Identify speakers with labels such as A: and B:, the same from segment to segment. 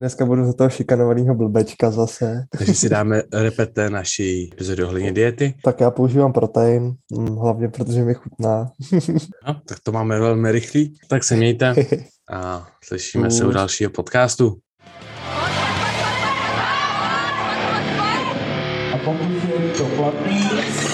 A: Dneska budu za toho šikanovaného blbečka zase.
B: Takže si dáme repete naší epizody ohledně diety.
A: Tak já používám protein, hlavně protože mi chutná.
B: No, tak to máme velmi rychlý. Tak se mějte a slyšíme se u dalšího podcastu.
C: A pokud je to platný...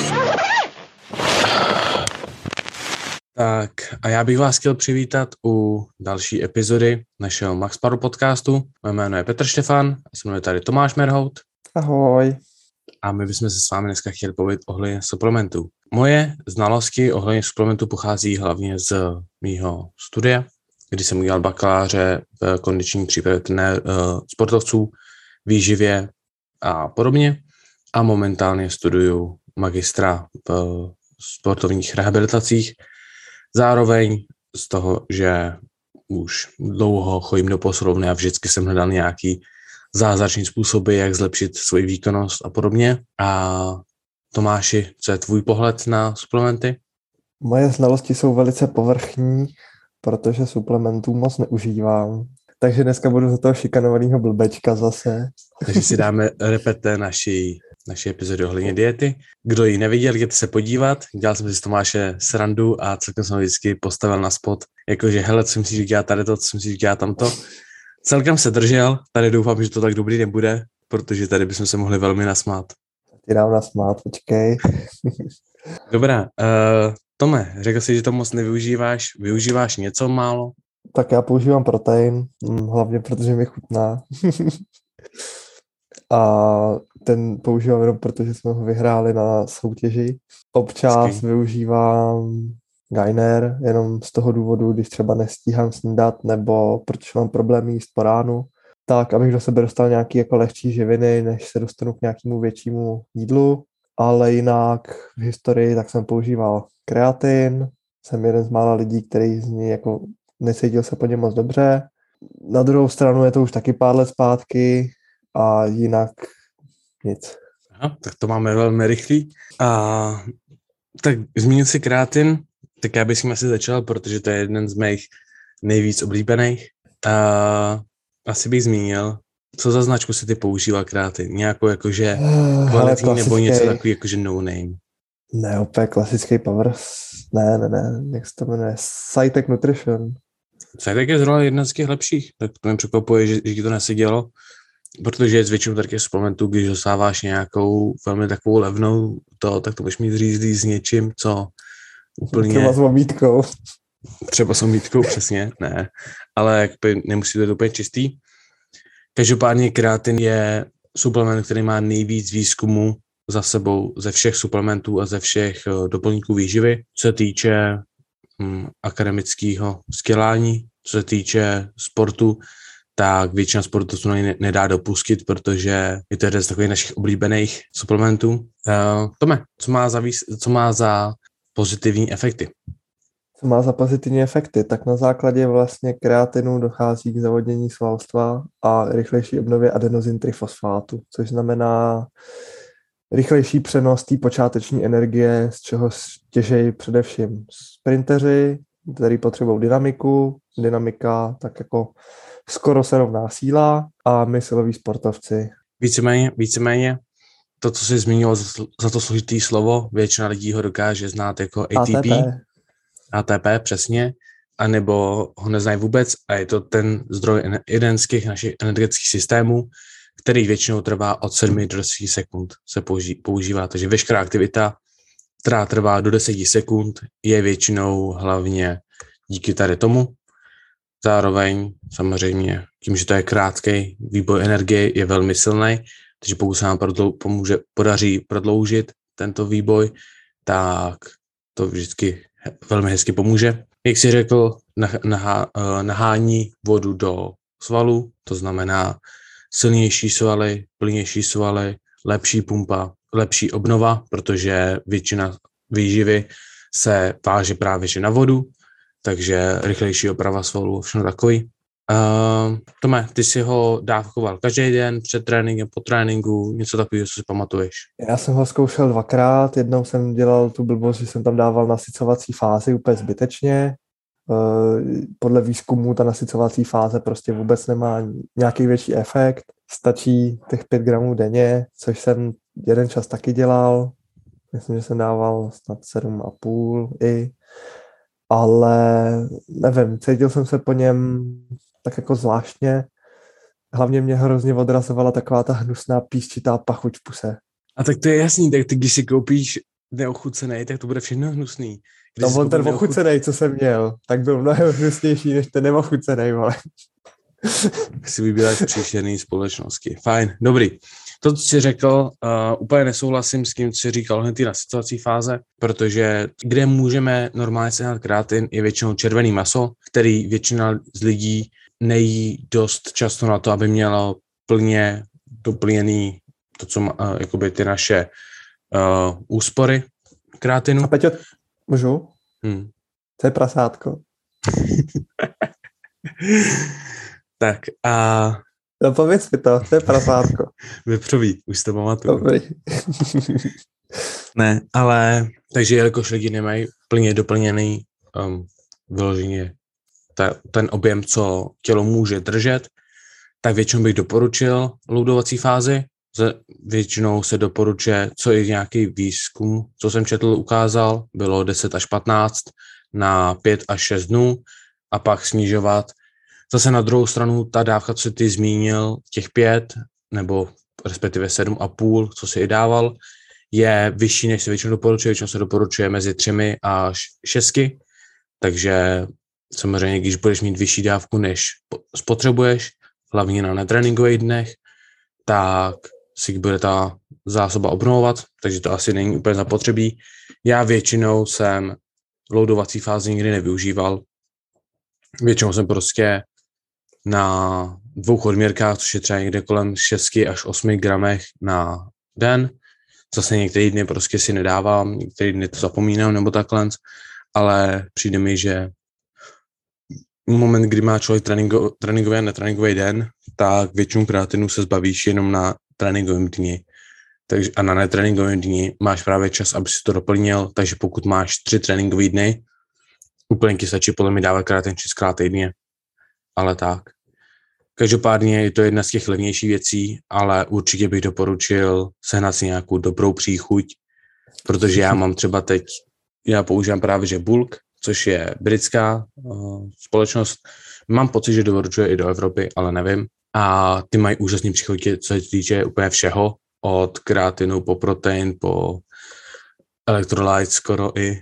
B: Tak a já bych vás chtěl přivítat u další epizody našeho Maxparu podcastu. Moje jméno je Petr Štefan, se mnou je tady Tomáš Merhout.
A: Ahoj.
B: A my bychom se s vámi dneska chtěli povědět ohledně suplementů. Moje znalosti ohledně suplementů pochází hlavně z mýho studia, kdy jsem udělal bakaláře v kondiční přípravě sportovců, výživě a podobně. A momentálně studuju magistra v sportovních rehabilitacích. Zároveň z toho, že už dlouho chodím do posilovny a vždycky jsem hledal nějaký zázračný způsoby, jak zlepšit svoji výkonnost a podobně. A Tomáši, co je tvůj pohled na suplementy?
A: Moje znalosti jsou velice povrchní, protože suplementů moc neužívám. Takže dneska budu za toho šikanovaného blbečka zase.
B: Takže si dáme repete naší epizody ohledně diety. Kdo ji neviděl, jděte se podívat. Dělal jsem si z Tomáše srandu a celkem jsem vždycky postavil na spot, jakože hele, co musíš dělat tady to, co musíš dělat tamto. Celkem se držel, tady doufám, že to tak dobrý nebude, protože tady bychom se mohli velmi nasmát.
A: Ty dám nasmát, počkej.
B: Dobrá, Tome, řekl jsi, že to moc nevyužíváš, využíváš něco málo?
A: Tak já používám protein, hlavně protože mi chutná. A ten používám jenom protože jsme ho vyhráli na soutěži. Občas využívám Gainer, jenom z toho důvodu, když třeba nestíhám snídat, nebo protože mám problémy jíst po ránu, tak abych do sebe dostal nějaký jako lehčí živiny, než se dostanu k nějakému většímu jídlu. Ale jinak v historii tak jsem používal kreatin. Jsem jeden z mála lidí, který z něj jako necítil se po něm moc dobře. Na druhou stranu je to už taky pár let zpátky a jinak nic.
B: Aha, tak to máme velmi rychlý. A tak zmínil si kreatin, tak já bych s tím asi začal, protože to je jeden z mých nejvíc oblíbených. Asi bych zmínil, co za značku si ty používal kreatin? Nějakou jakože kvalitní nebo něco takový jakože no name?
A: Ne, opět klasický power. Ne, jak se to jmenuje? Cytek Nutrition.
B: Cytek je zrovna jedna z těch lepších, tak to mě překvapuje, že ti to nesedělo, protože z většinou takových suplementů, když dostáváš nějakou velmi takovou levnou, tak to budeš mít říct s něčím, co úplně...
A: Třeba s omítkou.
B: Třeba s omítkou, přesně, ne. Ale jakby nemusí být úplně čistý. Každopádně kreatin je suplement, který má nejvíc výzkumu za sebou ze všech suplementů a ze všech doplňků výživy, co se týče akademického vzdělání, co se týče sportu, tak většina sportu to nedá dopustit, protože je to jeden z takových našich oblíbených suplementů. Tome, co má za pozitivní efekty?
A: Co má za pozitivní efekty? Tak na základě vlastně kreatinu dochází k zavodnění svalstva a rychlejší obnově adenozin trifosfátu, což znamená rychlejší přenos té počáteční energie, z čeho těžejí především sprinteři, kteří potřebují dynamiku. Dynamika tak jako skoro se rovná síla a my siloví sportovci.
B: Víceméně to, co jsi zmínil za to složitý slovo, většina lidí ho dokáže znát jako ATP. ATP, přesně, anebo ho neznají vůbec a je to ten zdroj, jeden z těch našich energetických systémů, který většinou trvá od 7 do 10 sekund se používá. Takže veškerá aktivita, která trvá do 10 sekund, je většinou hlavně díky tady tomu. Zároveň samozřejmě tím, že to je krátký výboj energie, je velmi silný, takže pokud se nám podaří prodloužit tento výboj, tak to vždycky velmi hezky pomůže. Jak jsi řekl, nahání vodu do svalů, to znamená silnější svaly, plnější svaly, lepší pumpa, lepší obnova, protože většina výživy se váže právě že na vodu, takže rychlejší oprava svalů, všechno takový. Tome, ty si ho dávkoval každý den, před tréninkem, po tréninku, něco takového, co si pamatuješ?
A: Já jsem ho zkoušel 2krát, jednou jsem dělal tu blbost, že jsem tam dával nasycovací fázi úplně zbytečně Podle výzkumu ta nasycovací fáze prostě vůbec nemá nějaký větší efekt. Stačí těch 5 gramů denně, což jsem jeden čas taky dělal. Myslím, že jsem dával snad 7,5 i. Ale nevím, cítil jsem se po něm tak jako zvláštně. Hlavně mě hrozně odrazovala taková ta hnusná písčitá pachuť v puse.
B: A tak to je jasný, tak ty když si koupíš neochucenej, tak to bude všechno hnusný.
A: No on ten ochucenej, co jsem měl, tak byl mnohem hnusnější než ten neochucenej, vole.
B: Si vybíráš příšerný společnosti. Fajn, dobrý. To, co jsi řekl, úplně nesouhlasím s tím, co jsi říkal hned ty nasycovací fáze, protože kde můžeme normálně sehnat kreatin, je většinou červený maso, který většina z lidí nejí dost často na to, aby mělo plně doplněný to, co má, jakoby ty naše úspory kreatinu.
A: A Peťo, můžu? To je prasátko.
B: Tak a...
A: No pověz mi to je prasátko.
B: Vepřový, už to pamatuju.
A: Dobrý.
B: Ne, ale takže jelikož lidi nemají plně doplněný vyloženě ten objem, co tělo může držet, tak většinou bych doporučil loudovací fázi. Většinou se doporučuje, co je nějaký výzkum, co jsem četl, ukázal, bylo 10 až 15 na 5 až 6 dnů a pak snižovat. Zase na druhou stranu ta dávka, co ty zmínil, těch 5 nebo respektive 7,5, co si i dával, je vyšší, než se většinou doporučuje. Většinou se doporučuje mezi 3 až 6. Takže samozřejmě, když budeš mít vyšší dávku, než spotřebuješ, hlavně na netréninkových dnech, tak si bude ta zásoba obnovovat, takže to asi není úplně zapotřebí. Já většinou jsem loudovací fázi nikdy nevyužíval. Většinou jsem prostě na 2 odměrkách, což je třeba někde kolem 6 až 8 gramech na den. Zase některé dny prostě si nedávám, některé dny to zapomínám nebo takhle, ale přijde mi, že moment, kdy má člověk tréninkový a netréninkový den, tak většinu kreatinu se zbavíš jenom na tréninkovém dni. Takže, a na netréninkovém dni máš právě čas, aby si to doplnil, takže pokud máš 3 tréninkové dny, úplně ti stačí podle mě dávat kreatin 6krát týdně. Ale tak. Každopádně je to jedna z těch levnějších věcí, ale určitě bych doporučil sehnat si nějakou dobrou příchuť, protože já mám třeba teď, já používám právě že Bulk, což je britská společnost. Mám pocit, že doporučuje i do Evropy, ale nevím. A ty mají úžasný příchutě, co se týče úplně všeho, od kreatinu po protein, po electrolyte skoro i.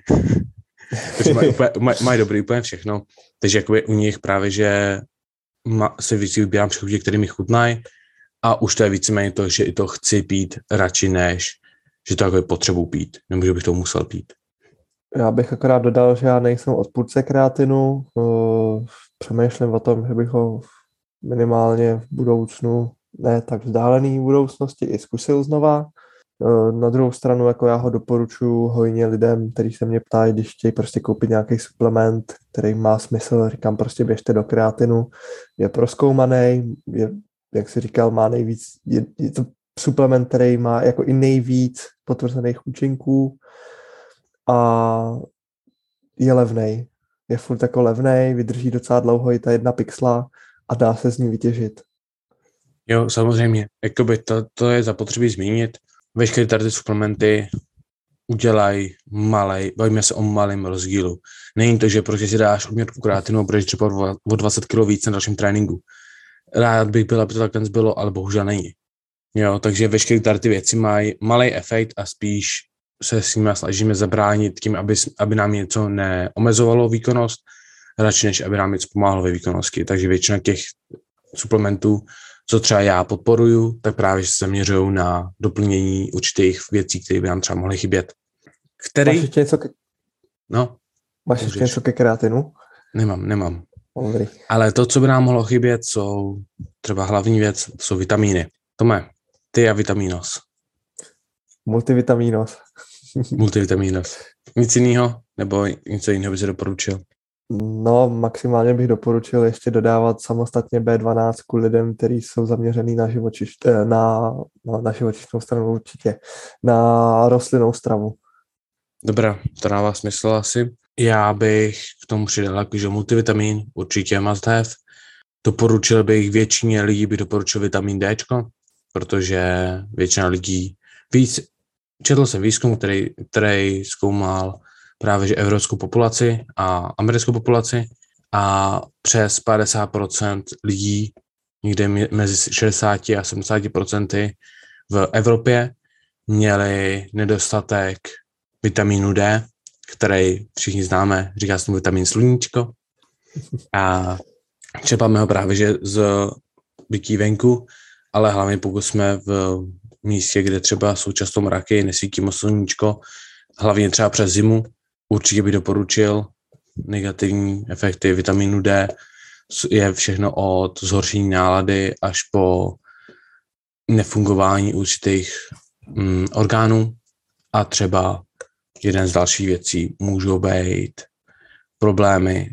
B: mají dobrý úplně všechno. Takže jakoby u nich právě, že se víc vybírám příchutě, které mi chutnají a už to je víceméně to, že i to chci pít radši než, že to jako potřebuji pít, nebo že bych to musel pít.
A: Já bych akorát dodal, že já nejsem odpůrce kreatinu. Přemýšlím o tom, že bych ho minimálně v budoucnu, ne tak vzdálený budoucnosti, i zkusil znova. Na druhou stranu, jako já ho doporučuji hojně lidem, kteří se mě ptají, když chtějí prostě koupit nějaký suplement, který má smysl, říkám prostě běžte do kreatinu. Je prozkoumaný, jak jsi říkal, má nejvíc, je to suplement, který má jako i nejvíc potvrzených účinků a je levnej. Je furt jako levnej, vydrží docela dlouho i ta 1 pixla a dá se z ní vytěžit.
B: Jo, samozřejmě. Jakoby to je zapotřebí zmínit. Veškeré tady suplementy udělají bavíme se o malém rozdílu. Není to, že prostě si dáš odměrku kreatinu a budeš třeba o 20 kg víc na dalším tréninku. Rád bych byl, aby to takhle bylo, ale bohužel není. Jo, takže veškeré tady ty věci mají malý efekt a spíš se s nimi snažíme zabránit tím, aby nám něco neomezovalo výkonnost, radši než aby nám něco pomáhalo ve výkonnosti. Takže většina těch suplementů, co třeba já podporuju, tak právě se zaměřují na doplnění určitých věcí, které by nám třeba mohly chybět.
A: Máš ještě něco
B: Máš
A: ještě něco ke kreatinu?
B: Nemám.
A: Dobrý.
B: Ale to, co by nám mohlo chybět, jsou třeba hlavní věc, jsou vitamíny. Tome, ty a vitaminos.
A: Multivitaminos.
B: Nic jiného? Nebo něco jiného by si doporučil?
A: No, maximálně bych doporučil ještě dodávat samostatně B12 lidem, kteří jsou zaměřený na na živočišnou stranu určitě, na rostlinnou stravu.
B: Dobrá, to dává smysl asi. Já bych k tomu přidal jakože multivitamin, určitě must have. Doporučil bych většině lidí, by doporučil vitamin D, protože většina lidí četl jsem výzkum, který zkoumal právě že evropskou populaci a americkou populaci a přes 50% lidí, někde mezi 60 a 70% v Evropě měli nedostatek vitamínu D, který všichni známe, říká se tomu vitamin sluníčko. A čerpáme ho právě že z bytí venku, ale hlavně pokud jsme v místě, kde třeba jsou často mraky, nesvítí moc sluníčko, hlavně třeba přes zimu, určitě bych doporučil. Negativní efekty vitamínu D je všechno od zhoršení nálady až po nefungování určitých orgánů a třeba jeden z dalších věcí můžou být problémy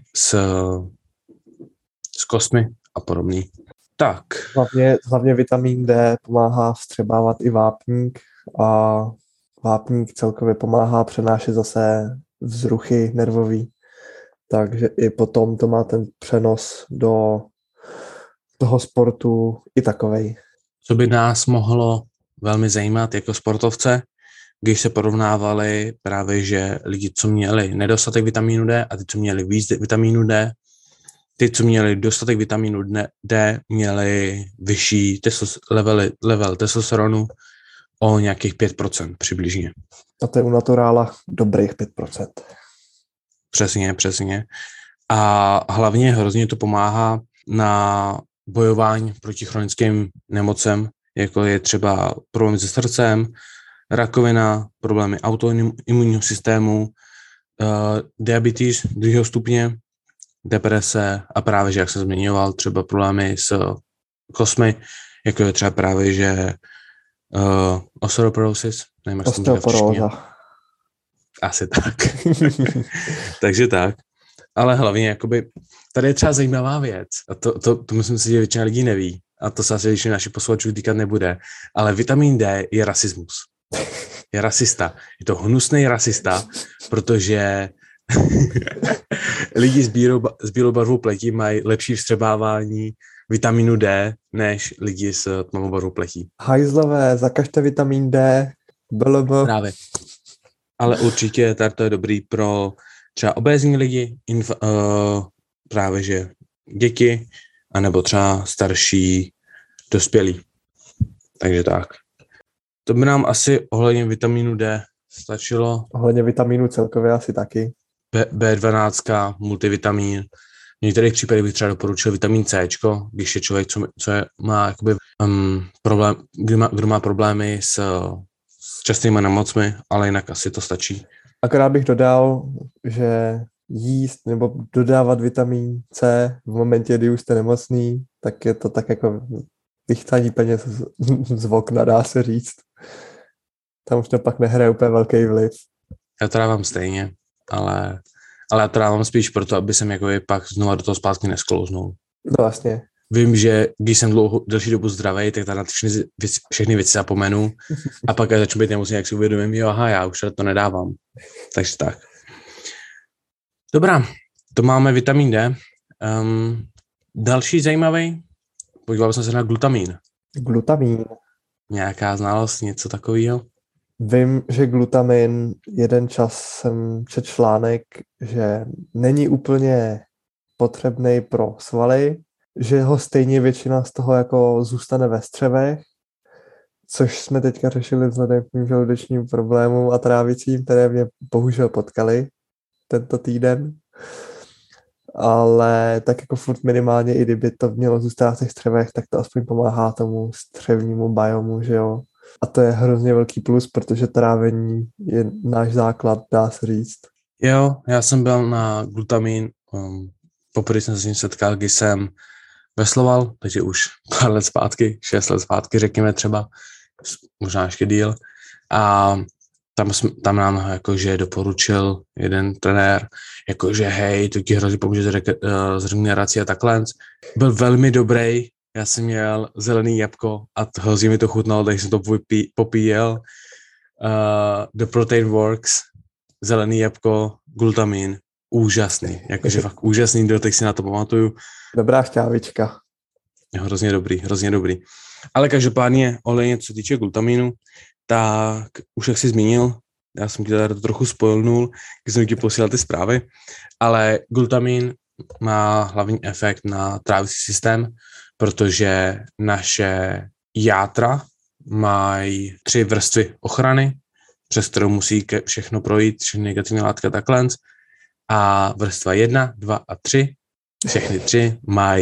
B: s kostmi a podobný. Tak.
A: Hlavně vitamin D pomáhá vstřebávat i vápník a vápník celkově pomáhá přenášet zase vzruchy nervový. Takže i potom to má ten přenos do toho sportu i takovej.
B: Co by nás mohlo velmi zajímat jako sportovce, když se porovnávali právě, že lidi, co měli nedostatek vitamínu D a ty, co měli víc vitamínu D, ty, co měli dostatek vitamínu D, měli vyšší level testosteronu o nějakých 5% přibližně.
A: A to je u naturála dobrých 5%.
B: Přesně. A hlavně hrozně to pomáhá na bojování proti chronickým nemocem, jako je třeba problém se srdcem, rakovina, problémy autoimunního systému, diabetes 2. stupně, deprese a právě, že jak jsem zmiňoval, třeba problémy s kostmi, jako je třeba právě, že osteoporosis, nevím, jak jsem to říkal v češtině. Asi tak. Takže tak. Ale hlavně, jakoby, tady je třeba zajímavá věc, a to myslím si, že většina lidí neví, a to se asi většině našich posluchačů týkat nebude, ale vitamin D je rasismus. Je rasista. Je to hnusný rasista, protože lidi s bílou barvou pleti mají lepší vstřebávání vitaminu D, než lidi s tmavou barvou pletí.
A: Hajzlové, zakažte vitamin D.
B: Právě. Ale určitě tady to je dobrý pro třeba obézní lidi, právě že děti, anebo třeba starší dospělí. Takže tak. To by nám asi ohledně vitamínu D stačilo.
A: Ohledně vitamínu celkově asi taky.
B: B12, multivitamin. V některých případech bych třeba doporučil vitamin C, když je člověk, co má jakoby, problém, kdo má problémy s častými nemocmi, ale jinak asi to stačí.
A: Akorát bych dodal, že jíst nebo dodávat vitamin C v momentě, kdy už jste nemocný, tak je to tak jako vychcání peněz z okna, dá se říct. Tam už to pak nehraje úplně velký vliv.
B: Já to dávám stejně, ale já to dávám spíš proto, aby jsem jako pak znova do toho zpátky nesklouznul.
A: No vlastně.
B: Vím, že když jsem delší dobu zdravý, tak tady na všechny věci zapomenu a pak až začnu být nemocný, jak si uvědomím, jo, aha, já už to nedávám. Takže tak. Dobrá, to máme vitamin D. Další zajímavý, podíval jsem se na glutamin.
A: Glutamin.
B: Nějaká znalost, něco takového?
A: Vím, že glutamin, jeden čas jsem četl článek, že není úplně potřebný pro svaly, že ho stejně většina z toho jako zůstane ve střevech, což jsme teďka řešili vzhledem k mým žaludečním problémům a trávicím, které mě bohužel potkaly tento týden. Ale tak jako furt minimálně, i kdyby to mělo zůstat v těch střevech, tak to aspoň pomáhá tomu střevnímu biomu, že jo. A to je hrozně velký plus, protože trávení je náš základ, dá se říct.
B: Jo, já jsem byl na glutamin, poprvé jsem se s ním setkal, když jsem vesloval, takže už pár let zpátky, 6 let zpátky, řekněme třeba, možná ještě díl. A tam nám jakože doporučil jeden trenér, jakože hej, to ti hrozně pomůže s regenerací a takhle. Byl velmi dobrý, já jsem měl zelený jabko a hrozně mi to chutnalo, takže jsem to popíjel. The Protein Works, zelený jabko, glutamin, úžasný, jakože fakt úžasný, doteď si na to pamatuju.
A: Dobrá šťávička.
B: Hrozně dobrý. Ale každopádně, ohledně co týče glutamínu, tak už jak jsi zmínil, já jsem ti tady to trochu spojilnul, když jsem ti posílal ty zprávy, ale glutamin má hlavní efekt na trávicí systém, protože naše játra mají 3 vrstvy ochrany, přes kterou musí všechno projít, všechny negativní látky takhle. A vrstva 1, 2 a 3, všechny 3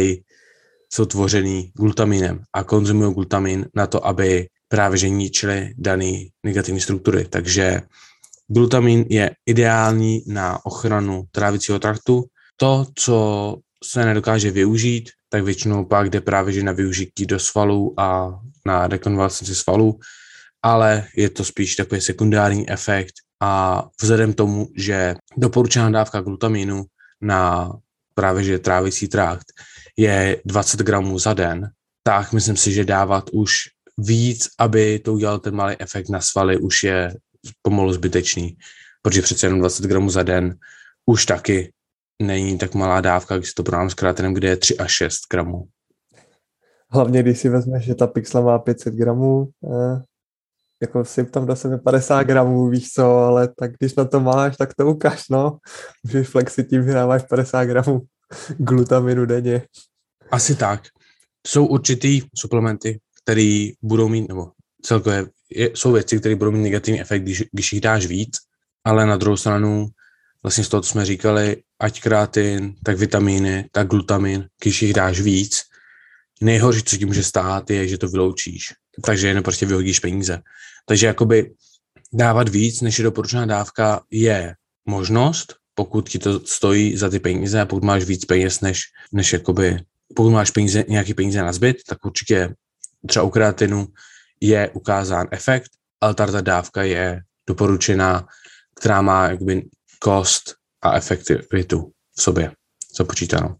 B: jsou tvořený glutaminem a konzumují glutamin na to, aby právě že ničili dané negativní struktury. Takže glutamin je ideální na ochranu trávicího traktu. To, co se nedokáže využít, tak většinou pak jde právě že na využití do svalů a na rekonvalescenci svalů, ale je to spíš takový sekundární efekt a vzhledem tomu, že doporučená dávka glutaminu na právě že trávicí trakt je 20 gramů za den, tak myslím si, že dávat už víc, aby to udělal ten malý efekt na svaly, už je pomalu zbytečný, protože přece jenom 20 gramů za den už taky není tak malá dávka, když to prodám s kreatinem, kde je 3 až 6 gramů.
A: Hlavně, když si vezmeš, že ta pixla má 500 gramů, jako si tam do sebe 50 gramů, víš co, ale tak když na to máš, tak to ukáž, no. Můžeš flexit tím, že dáváš 50 gramů glutaminu denně.
B: Asi tak. Jsou určitý suplementy, které budou mít, nebo celkově jsou věci, které budou mít negativní efekt, když jich dáš víc, ale na druhou stranu, vlastně z toho, co jsme říkali, ať kreatin, tak vitamíny, tak glutamin, když jich dáš víc, nejhorší, co ti může stát, je, že to vyloučíš. Takže jen prostě vyhodíš peníze. Takže jakoby dávat víc, než je doporučená dávka, je možnost, pokud ti to stojí za ty peníze a pokud máš víc peněz, než jakoby, pokud máš nějaký peníze na zbyt, tak určitě třeba u kreatinu je ukázán efekt, ale ta dávka je doporučená, která má jakoby cost a efektivitu v sobě započítanou.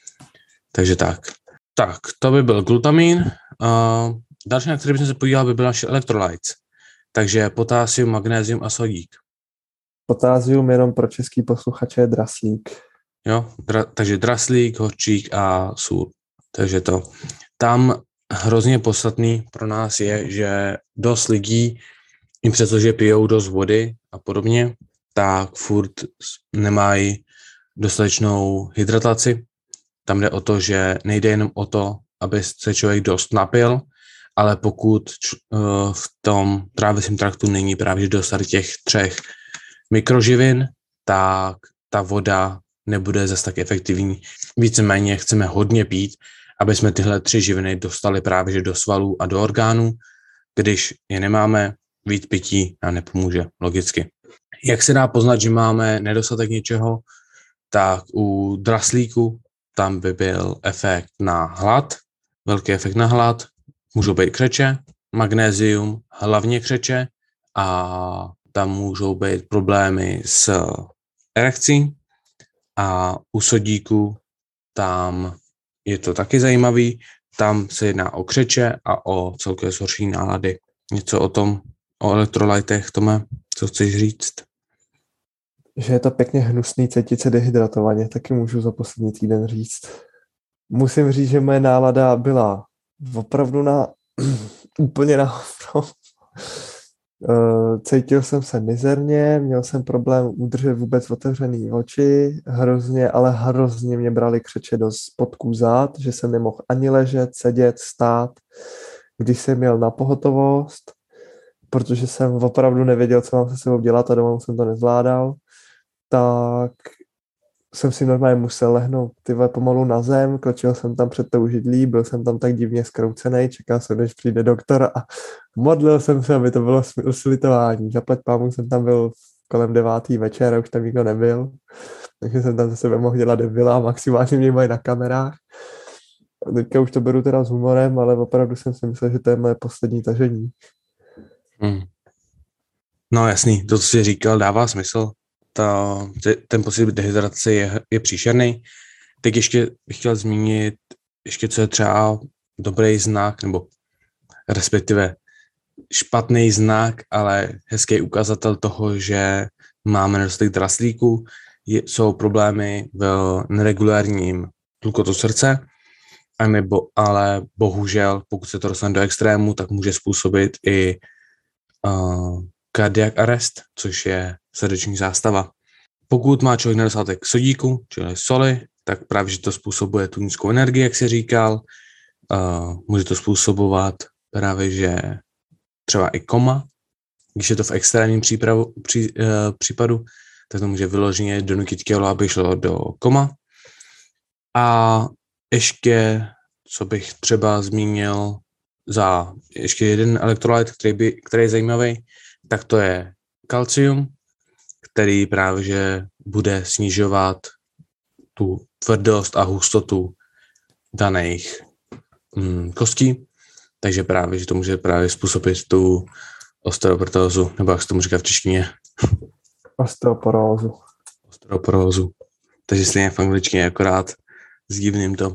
B: Takže tak. Tak, to by byl glutamin. Další, na který bych se podíval, by byl naše electrolytes. Takže potásium, magnézium a sodík.
A: Potásium jenom pro český posluchače je draslík.
B: Jo, takže draslík, hořčík a sůl. Takže to. Tam hrozně podstatný pro nás je, že dost lidí, i přestože pijou dost vody a podobně, tak furt nemají dostatečnou hydrataci. Tam jde o to, že nejde jenom o to, aby se člověk dost napil, ale pokud v tom trávicím traktu není právě dostatek těch 3 mikroživin, tak ta voda nebude zase tak efektivní. Víceméně chceme hodně pít, aby jsme tyhle 3 živiny dostali právě že do svalů a do orgánů. Když je nemáme, víc pití nám nepomůže, logicky. Jak se dá poznat, že máme nedostatek něčeho, tak u draslíku tam by byl efekt na hlad, velký efekt na hlad, můžou být křeče, magnézium, hlavně křeče a tam můžou být problémy s erekcí a u sodíku tam je to taky zajímavý, tam se jedná o křeče a o celkové zhoršení nálady. Něco o tom, o elektrolytech, Tome, co chceš říct?
A: Že je to pěkně hnusný cítit se dehydratovaně, taky můžu za poslední týden říct. Musím říct, že moje nálada byla opravdu úplně na hovno. Cítil jsem se mizerně, měl jsem problém udržet vůbec otevřený oči, hrozně mě brali křeče do spodků zad, že jsem nemohl ani ležet, sedět, stát, když jsem měl na pohotovost, protože jsem opravdu nevěděl, co mám se sebou dělat a doma jsem to nezvládal, tak jsem si normálně musel lehnout pomalu na zem, kročil jsem tam před tou židlí, byl jsem tam tak divně zkroucený, čekal jsem, než přijde doktor a modlil jsem se, aby to bylo slitování. Zaplať pámu jsem tam byl kolem 9. večer a už tam nikdo nebyl, takže jsem tam ze sebe mohl dělat debila a maximálně mě mají na kamerách. A teďka už to beru teda s humorem, ale opravdu jsem si myslel, že to je moje poslední tažení.
B: No jasný, to, co jsi říkal, dává smysl. Ten pocit dehydratace je příšerný. Teď ještě bych chtěl zmínit, co je třeba dobrý znak, nebo respektive špatný znak, ale hezký ukazatel toho, že máme nedostatek draslíku, jsou problémy v neregulárním tlukotu srdce, ale bohužel, pokud se to dostane do extrému, tak může způsobit i cardiac arrest, což je srdeční zástava. Pokud má člověk nedostatek sodíku, čili soli, tak právě, že to způsobuje tu nízkou energii, jak jsi říkal. Může to způsobovat právě, že třeba i koma, když je to v extrémním případu, tak to může vyloženě donutit tělo, aby šlo do koma. A ještě, co bych třeba zmínil za ještě jeden elektrolyt, který je zajímavý, tak to je kalcium, který právě že bude snižovat tu tvrdost a hustotu daných kostí, takže právě, že to může právě způsobit tu osteoportózu, nebo jak se tomu říká v češtině? Osteoporózu. Takže stejně v angličtině, akorát s divným to.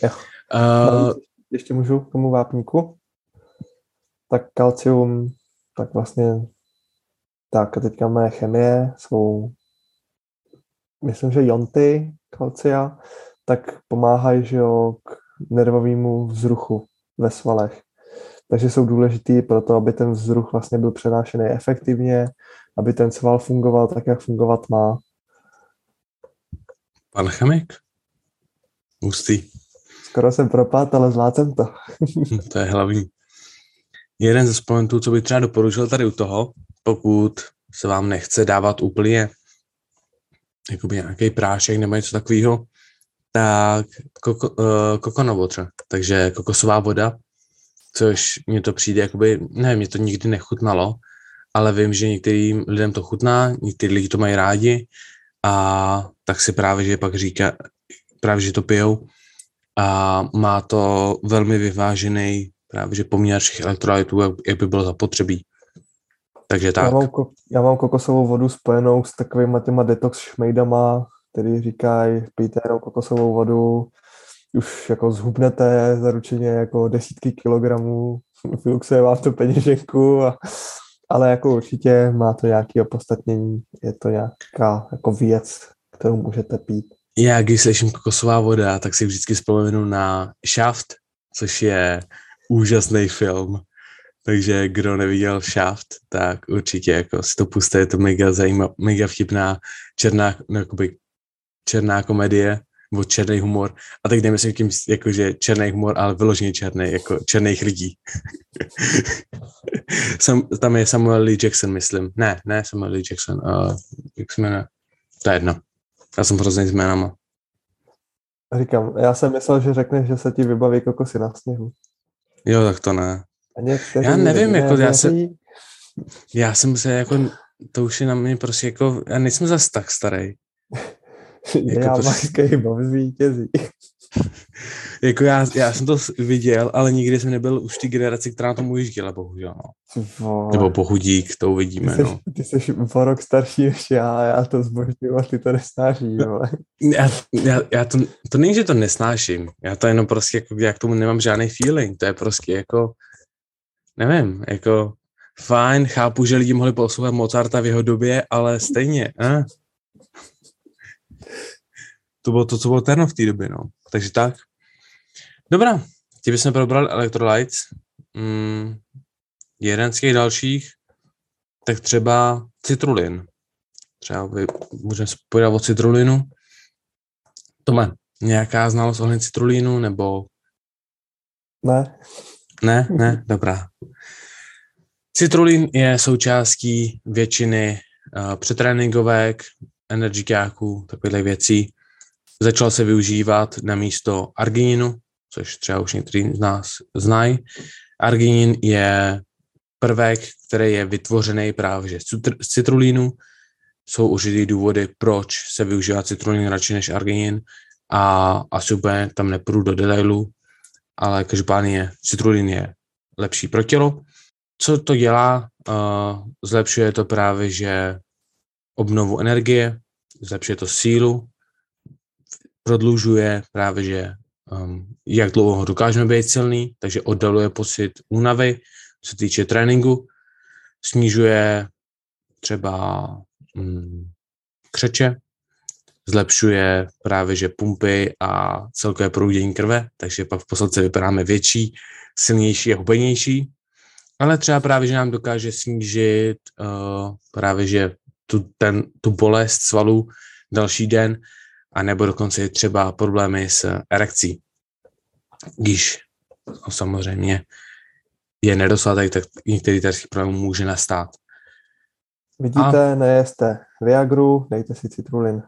A: Ještě můžu k tomu vápníku? Tak kalcium, tak vlastně tak teďka moje chemie jsou, myslím, že jonty kalcia, tak pomáhají, že jo, k nervovému vzruchu ve svalech. Takže jsou důležitý pro to, aby ten vzruch vlastně byl přenášený efektivně, aby ten sval fungoval tak, jak fungovat má.
B: Pan chemik? Hustý.
A: Skoro jsem propadl, ale zvládl jsem to.
B: To je hlavní. Jeden ze suplementů, co bych třeba doporučil tady u toho, pokud se vám nechce dávat úplně jakoby nějaký prášek nebo něco takového, tak coconut water, takže kokosová voda, což mně to přijde jakoby, nevím, mě to nikdy nechutnalo, ale vím, že některým lidem to chutná, někteří lidi to mají rádi a tak si právě, že pak říká, právě, že to pijou a má to velmi vyvážený právě, že poměr všech elektrolytů, jak by bylo zapotřebí. Takže tak.
A: Já mám kokosovou vodu spojenou s takovýma těma detox šmejdama, který říkají, pijte jenom kokosovou vodu, už jako zhubnete zaručeně jako desítky kilogramů, vyluxuje vám to peněženku, ale jako určitě má to nějaké opodstatnění, je to nějaká jako věc, kterou můžete pít.
B: Já když slyším kokosová voda, tak si vždycky vzpomenu na Shaft, což je úžasný film. Takže kdo neviděl Shaft, tak určitě jako si to puste, je to mega vtipná černá komedie, nebo černý humor. A tak nemyslím tím, jakože černý humor, ale vyloženě černý, jako černých lidí. Tam je Samuel L. Jackson, myslím. Ne Samuel L. Jackson. Jak se jmenuje? To je jedno. Já jsem hrozný s jménama.
A: Říkám, já jsem myslel, že řekneš, že se ti vybaví kokosy na sněhu.
B: Jo, tak to ne. Já nevím, jako já jsem se jako, to už je na mě prostě jako, já nejsem zas tak starý.
A: Já prostě... mám vítězí.
B: Jako já jsem to viděl, ale nikdy jsem nebyl už v té generaci, která na tom ujížděla, bohužel. No. Nebo pochudík, to uvidíme.
A: Ty jsi o rok starší než já to zbožňuji a ty to nesnášíš.
B: Já to není, že to nesnáším. Já to jenom prostě, jako, já k tomu nemám žádný feeling. To je prostě jako, nevím, jako fajn, chápu, že lidi mohli poslouchat Mozarta v jeho době, ale stejně. To bylo to, co bylo terno v té době, no. Takže tak. Dobrá, tím bychom probrali electrolytes. Jeden z těch dalších, tak třeba citrulin. Třeba můžeme se povědat o citrulinu. Tome, nějaká znalost ohledně citrulinu, nebo... Ne, dobrá. Citrulin je součástí většiny přetréninkovek, energiáků, takových věcí. Začal se využívat na místo argininu, což třeba už někteří z nás znají. Arginin je prvek, který je vytvořený právě z citrulínu. Jsou určitý důvody, proč se využívá citrulín radši než arginin a asi úplně tam nepůjdu do detailu, ale každopádně citrulín je lepší pro tělo. Co to dělá? Zlepšuje to právě, že obnovu energie, zlepšuje to sílu, prodlužuje právě, že jak dlouho dokážeme být silný, takže oddaluje pocit únavy, co se týče tréninku, snižuje třeba křeče, zlepšuje právě že pumpy a celkové proudění krve, takže pak v posledce vypadáme větší, silnější a hubenější. Ale třeba právě, že nám dokáže snížit právě že tu bolest svalů další den, a nebo dokonce i třeba problémy s erekcí. Když samozřejmě je nedostatek, tak některý těch problémů může nastat.
A: Vidíte, nejeste Viagru, dejte si Citrulin.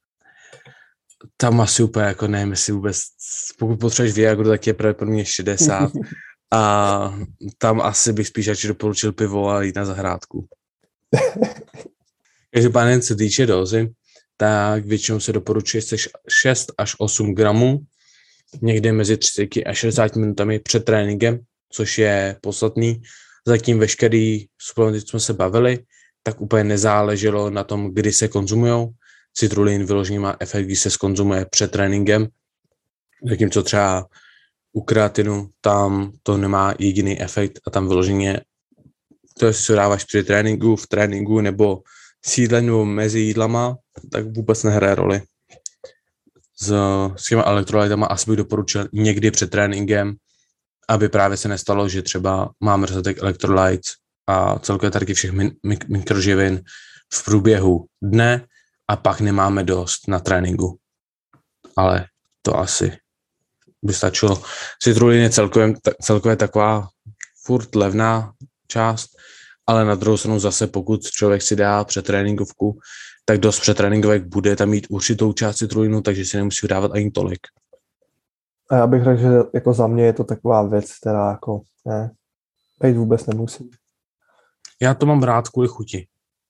B: Tam asi úplně jako nevím, jestli vůbec, pokud potřebuješ Viagru, tak je pravděpodobně 60. A tam asi bych spíš radši doporučil pivo a jít na zahrádku. Každopádně, co týče dózy, tak většinou se doporučuje 6 až 8 gramů, někde mezi 30 a 60 minutami před tréninkem, což je podstatný. Zatím veškerý suplementy, co jsme se bavili, tak úplně nezáleželo na tom, kdy se konzumujou. Citrulin vyloženě má efekt, když se skonzumuje před tréninkem, zatímco třeba u kreatinu tam to nemá jediný efekt a tam vyloženě to, jestli se dáváš při tréninku, v tréninku nebo s jídlem nebo mezi jídlama, tak vůbec nehraje roli. S těma elektrolytama asi bych doporučil někdy před tréninkem, aby právě se nestalo, že třeba máme dostatek elektrolyt a celkově tady všech mikroživin v průběhu dne a pak nemáme dost na tréninku. Ale to asi by stačilo. Citrulin je celkově taková furt levná část, ale na druhou stranu zase, pokud člověk si dá předtréninkovku, tak dost předtréninkovek bude tam mít určitou část citrulinu, takže si nemusí dávat ani tolik.
A: A já bych řekl, že jako za mě je to taková věc, která jako být vůbec nemusí.
B: Já to mám rád kvůli chuti.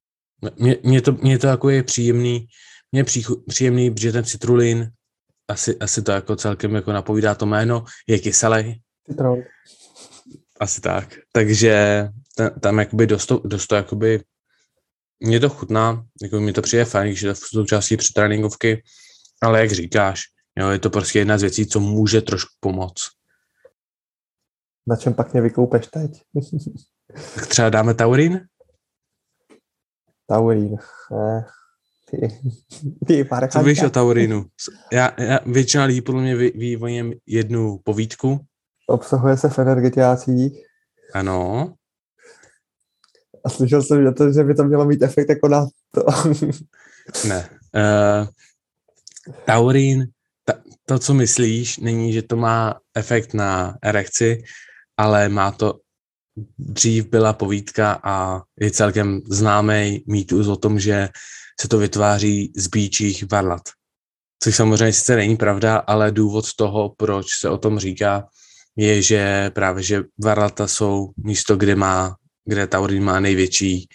B: Mně to jako je příjemný, příjemný, protože ten citrulin, asi to jako celkem jako napovídá to jméno, je kyselý.
A: Citron.
B: Asi tak. Takže tam jakoby dost jakoby mě to chutná, jako mi to přijde fajn, když je to v součástí předtréninkovky, ale jak říkáš, jo, je to prostě jedna z věcí, co může trošku pomoct.
A: Na čem pak mě vykoupeš teď?
B: Tak třeba dáme taurin?
A: Taurin.
B: Co víš o taurinu? Většina lidí podle mě ví o něm jednu povídku.
A: Obsahuje se v energetiácích.
B: Ano.
A: A slyšel jsem, že by to mělo mít efekt jako na to.
B: Ne. Taurin, to, co myslíš, není, že to má efekt na erekci, ale má to, dřív byla povídka a je celkem známý mýtus o tom, že se to vytváří z býčích varlat. Což samozřejmě sice není pravda, ale důvod toho, proč se o tom říká, je, že právě, že varlata jsou místo, kde taurin má největší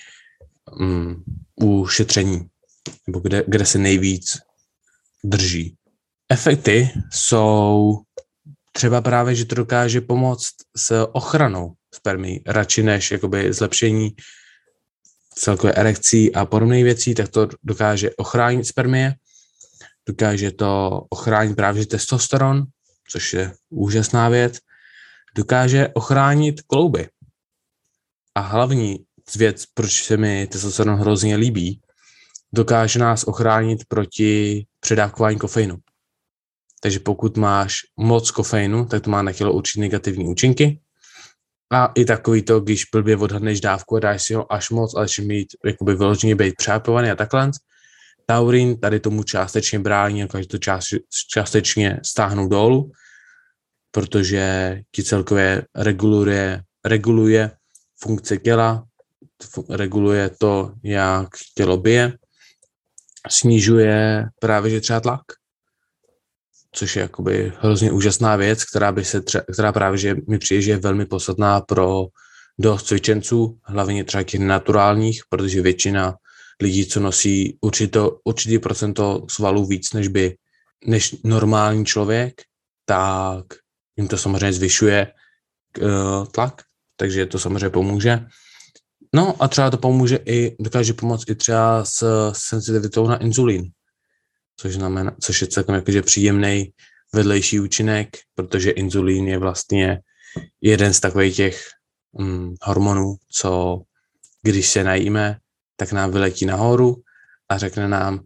B: ušetření, nebo kde se nejvíc drží. Efekty jsou třeba právě, že to dokáže pomoct s ochranou spermií, radši než jakoby zlepšení celkové erekcí a podobných věcí, tak to dokáže ochránit spermie, dokáže to ochránit právě testosteron, což je úžasná věc, dokáže ochránit klouby. A hlavní věc, proč se mi testosteron hrozně líbí, dokáže nás ochránit proti předávkování kofeinu. Takže pokud máš moc kofeinu, tak to má na tělo určitě negativní účinky. A i takový to, když blbě odhadneš dávku a dáš si ho až moc, ale že mít jakoby vyloženě být přehypovaný a takhle. Taurin tady tomu částečně brání, dokáže to částečně stáhnout dolů, protože ti celkově reguluje funkce těla, reguluje to, jak tělo bije, snižuje právě že třeba tlak, což je jakoby hrozně úžasná věc, která právě že mi přijde, že je velmi podstatná pro dost cvičenců, hlavně třeba těch naturálních, protože většina lidí, co nosí určitý procento svalů víc než normální člověk, tak jim to samozřejmě zvyšuje tlak, takže to samozřejmě pomůže. No a třeba to dokáže pomoct i třeba s senzitivitou na inzulín, což je celkem jakože příjemný vedlejší účinek, protože inzulín je vlastně jeden z takových těch hormonů, co když se najíme, tak nám vyletí nahoru a řekne nám,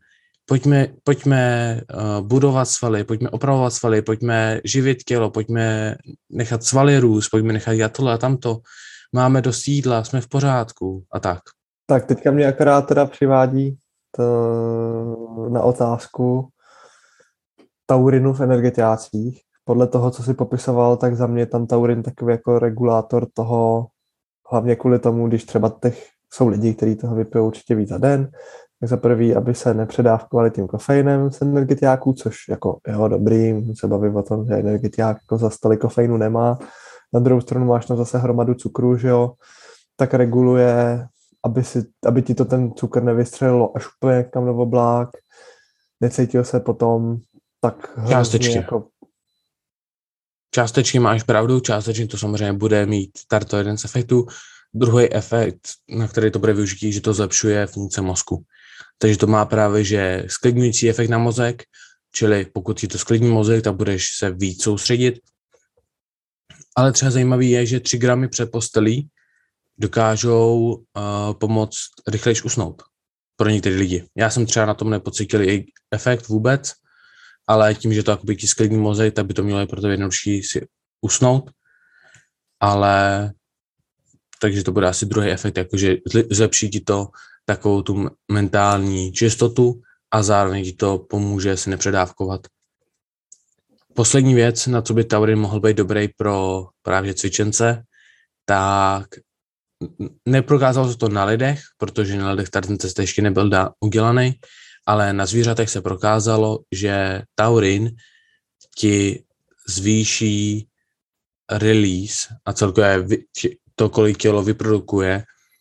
B: pojďme budovat svaly, pojďme opravovat svaly, pojďme živit tělo, pojďme nechat svaly růst, pojďme nechat dělat tohle a tamto. Máme dost jídla, jsme v pořádku a tak.
A: Tak teďka mě akorát teda přivádí to na otázku taurinu v energetiácích. Podle toho, co jsi popisoval, tak za mě je tam taurin takový jako regulátor toho, hlavně kvůli tomu, když třeba jsou lidi, kteří toho vypijou určitě víc za den, tak za prvý, aby se nepředávkovali tím kofeinem z energetiáků, což jako jo, dobrý, můžu se bavit o tom, že energetiák jako za tolik kofeinu nemá. Na druhou stranu máš tam zase hromadu cukru, že jo, tak reguluje, aby ti to ten cukr nevystřelilo až úplně kam do oblák, necítil se potom tak
B: částečně.
A: Jako...
B: Částečně máš pravdu, částečně to samozřejmě bude mít tarto jeden z efektů. Druhý efekt, na který to bude využití, že to zlepšuje funkce mozku. Takže to má právě, že sklidňující efekt na mozek, čili pokud ti to sklidní mozek, tak budeš se víc soustředit. Ale třeba zajímavý je, že 3 gramy před postelí dokážou pomoct rychlejš usnout pro některé lidi. Já jsem třeba na tom nepocítil i efekt vůbec, ale tím, že to jakoby ti sklidní mozek, tak by to mělo pro tebe jednodušší si usnout. Ale takže to bude asi druhý efekt, jakože zlepší ti to takovou tu mentální čistotu a zároveň ti to pomůže si nepředávkovat. Poslední věc, na co by taurin mohl být dobrý pro právě cvičence, tak neprokázalo se to na lidech, protože na lidech ten test ještě nebyl udělaný, ale na zvířatech se prokázalo, že taurin ti zvýší release a celkově to, kolik tělo vyprodukuje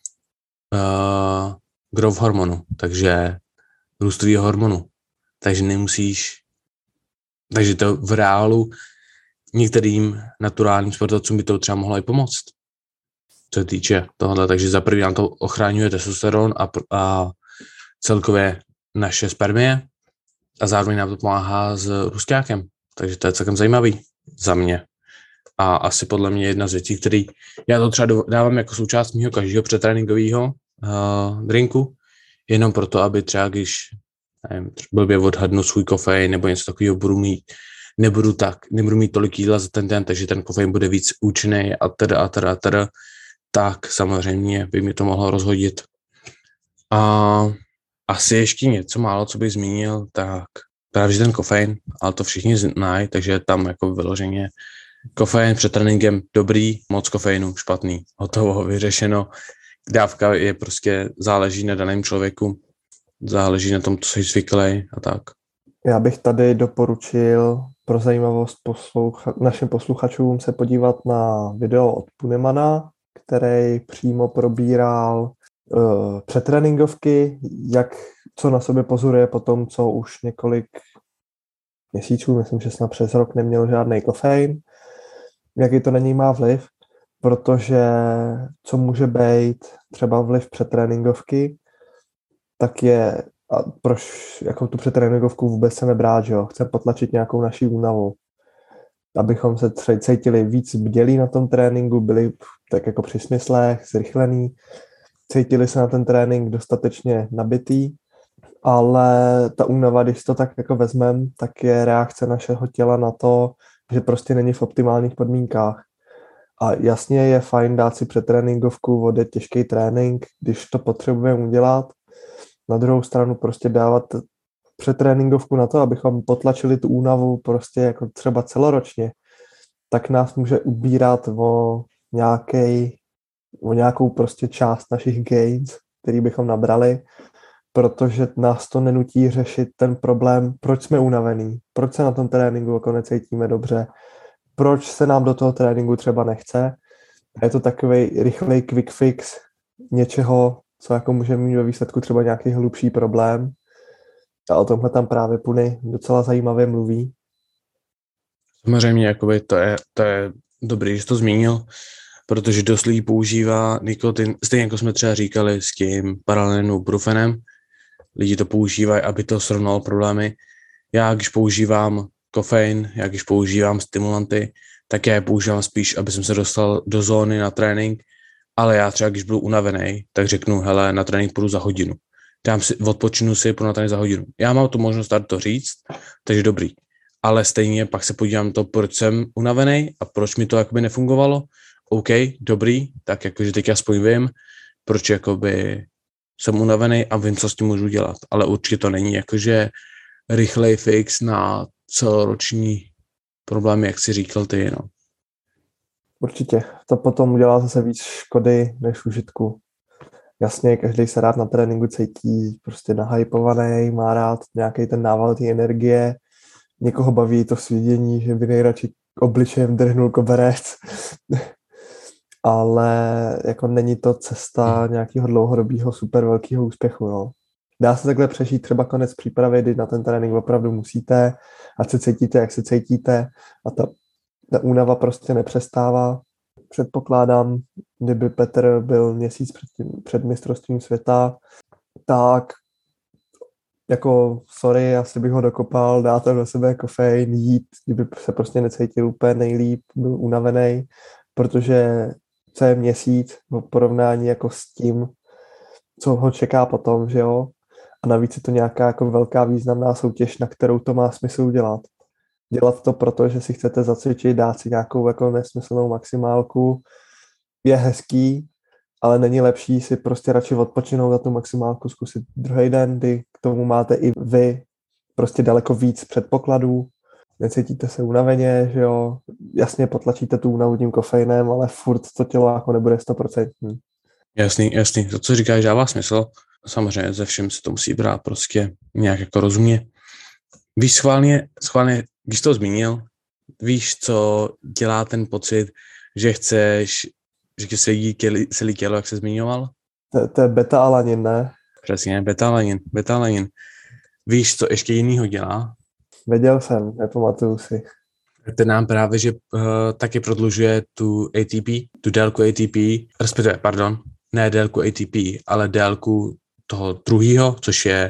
B: growth hormonu, takže růstového hormonu. Takže to v reálu některým naturálním sportovcům by to třeba mohlo i pomoct, co se týče tohle. Takže za první nám to ochraňuje testosteron a celkově naše spermie a zároveň nám to pomáhá s růsťákem. Takže to je celkem zajímavý za mě. A asi podle mě jedna z věcí, který já to třeba dávám jako součást mého každého předtréninkového drinku, jenom proto, aby třeba když blbě odhadnu svůj kofein nebo něco takového nebudu mít tolik jídla za ten den, takže ten kofein bude víc účinný a teda, tak samozřejmě by mi to mohlo rozhodit. A asi ještě něco málo, co bych zmínil, tak právě ten kofein, ale to všichni znají, takže tam jako vyloženě kofein před tréninkem dobrý, moc kofeinu špatný, hotovo, vyřešeno. Dávka je prostě, záleží na daném člověku, záleží na tom, co jsi zvyklý a tak.
A: Já bych tady doporučil pro zajímavost našim posluchačům se podívat na video od Punemana, který přímo probíral předtréninkovky, co na sobě pozoruje po tom, co už několik měsíců, myslím, že snad přes rok neměl žádný kofein, jaký to na něj má vliv, protože co může být třeba vliv předtréninkovky, tak je, a proč jako tu předtréninkovku vůbec chceme brát, že jo? Chceme potlačit nějakou naši únavu, abychom se cítili víc bdělí na tom tréninku, byli tak jako při smyslech, zrychlený, cítili se na ten trénink dostatečně nabitý, ale ta únava, když to tak jako vezmeme, tak je reakce našeho těla na to, že prostě není v optimálních podmínkách. A jasně je fajn dát si předtréninkovku, odjet těžký trénink, když to potřebujeme udělat. Na druhou stranu prostě dávat předtréninkovku na to, abychom potlačili tu únavu prostě jako třeba celoročně, tak nás může ubírat o nějakou prostě část našich gains, který bychom nabrali, protože nás to nenutí řešit ten problém, proč jsme unavení, proč se na tom tréninku jako necítíme dobře, proč se nám do toho tréninku třeba nechce. Je to takový rychlej quick fix něčeho, co jako může mít ve výsledku třeba nějaký hlubší problém. A o tomhle tam právě Puni docela zajímavě mluví.
B: Samozřejmě, jakoby to je dobrý, že to zmínil, protože dost lidí používá nikotin, stejně jako jsme třeba říkali s tím paralelním brufenem, lidi to používají, aby to srovnalo problémy. Já, když používám kofein, já když používám stimulanty, tak já je používám spíš, aby jsem se dostal do zóny na trénink, ale já třeba, když budu unavený, tak řeknu, hele, na trénink půjdu za hodinu. odpočinu si pro za hodinu. Já mám tu možnost dát to říct, takže dobrý. Ale stejně pak se podívám to, proč jsem unavený a proč mi to jakoby nefungovalo. OK, dobrý, tak jakože teď aspoň vím, proč jakoby jsem unavený a vím, co s tím můžu dělat. Ale určitě to není jakože rychlej fix na celoroční problémy, jak si říkal ty, no.
A: Určitě. To potom udělá zase víc škody než užitku. Jasně, každý se rád na tréninku cítí prostě nahypovaný, má rád nějaký ten nával té energie. Někoho baví to svídění, že by nejradši obličejem drhnul koberec. Ale jako není to cesta nějakého dlouhodobého super velkého úspěchu. No. Dá se takhle přežít třeba konec přípravy, kdy na ten trénink opravdu musíte, ať se cítíte, jak se cítíte a ta únava prostě nepřestává. Předpokládám, kdyby Petr byl měsíc před mistrovstvím světa, tak jako sorry, asi bych ho dokopal, dát do sebe kofein, jít, kdyby se prostě necítil úplně nejlíp, byl unavený, protože co je měsíc v porovnání jako s tím, co ho čeká potom, že jo? A navíc je to nějaká jako velká významná soutěž, na kterou to má smysl udělat. Dělat to proto, že si chcete zacvičit, dát si nějakou jako nesmyslnou maximálku, je hezký, ale není lepší si prostě radši odpočinout za tu maximálku, zkusit druhý den, kdy k tomu máte i vy prostě daleko víc předpokladů, necítíte se unaveně, že jo, jasně potlačíte tu únavu tím kofeinem, ale furt to tělo jako nebude 100%.
B: Jasný. To, co říkáš, dává smysl. Samozřejmě ze všem se to musí brát prostě nějak jako rozumně. Víš, schválně, když to zmínil, víš, co dělá ten pocit, že chceš, že ti se jí celý tělo, jak se zmiňoval?
A: To je beta-alanin, ne?
B: Přesně, beta-alanin. Víš, co ještě jinýho dělá?
A: Věděl jsem, nepamatuju si.
B: Ten nám právě, že taky prodlužuje tu délku ATP, respektive, ne délku ATP, ale délku toho druhého, což je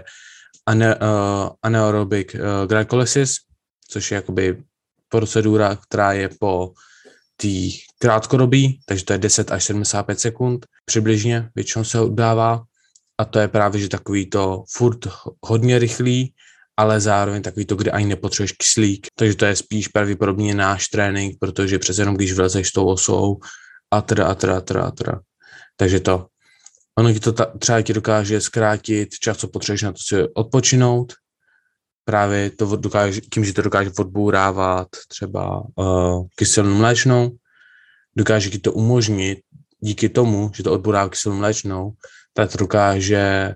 B: anaerobic glycolysis, což je jakoby procedura, která je po té krátkodobí, takže to je 10 až 75 sekund přibližně, většinou se udává a to je právě, že takový to furt hodně rychlý, ale zároveň takový to, kde ani nepotřebuješ kyslík, takže to je spíš pravděpodobně náš trénink, protože přece jenom když vlezeš s tou osou a teda. Takže to. Ono ti to třeba ti dokáže zkrátit čas, co potřebuješ na to si odpočinout. Právě to dokáže, tím, že to dokáže odbourávat třeba kyselinu mléčnou, dokáže ti to umožnit díky tomu, že to odbourává kyselinu mléčnou, tak to dokáže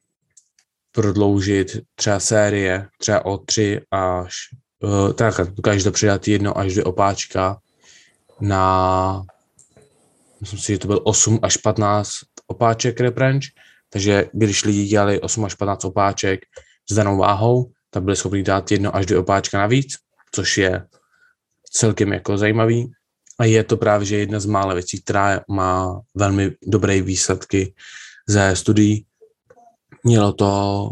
B: prodloužit třeba série, třeba o 3 až, dokáže to přidat 1 až 2 opáčka na, myslím si, že to byl 8 až 15 opáček rep range, takže když lidi dělali 8 až 15 opáček s danou váhou, tak byli schopni dát 1 až 2 opáčka navíc, což je celkem jako zajímavý. A je to právě že jedna z mála věcí, která má velmi dobré výsledky ze studií. Mělo to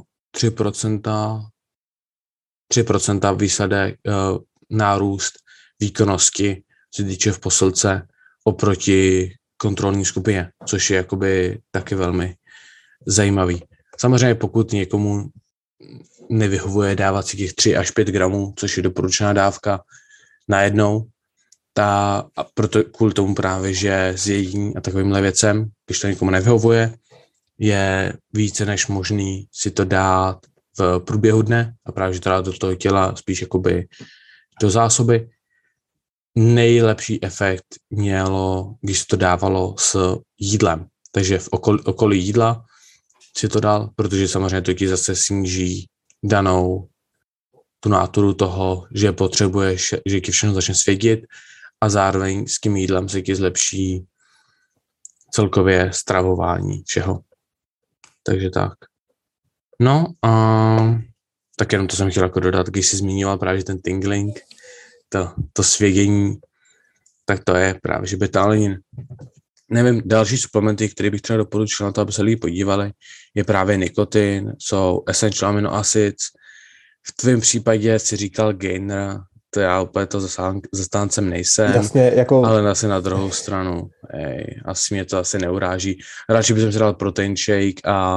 B: 3% výsledek, nárůst výkonnosti, co se týče v posilce oproti kontrolní skupině, což je jakoby taky velmi zajímavý. Samozřejmě pokud někomu nevyhovuje dávat si těch 3 až 5 gramů, což je doporučená dávka najednou, a proto kvůli tomu právě, že zjedení a takovýmhle věcem, když to někomu nevyhovuje, je více než možný si to dát v průběhu dne a právě, že to dát do toho těla spíš jakoby do zásoby. Nejlepší efekt mělo, když se to dávalo s jídlem. Takže v okolí jídla si to dal, protože samozřejmě to ti zase sníží danou tu náturu toho, že potřebuješ, že ti všechno začne svědit a zároveň s tím jídlem se ti zlepší celkově stravování všeho. Takže tak. No a tak jenom to jsem chtěl jako dodat, když jsi zmínila právě ten tingling, to svědění, tak to je právě že beta-alanin. Nevím, další suplementy, které bych třeba doporučil na to, aby se lidi podívali, je právě nikotin, jsou essential amino acids. V tvém případě si říkal gainer, to já úplně to zastáncem nejsem,
A: jasně, jako...
B: ale asi na druhou stranu, asi mě to asi neuráží. Radši bych si dal protein shake a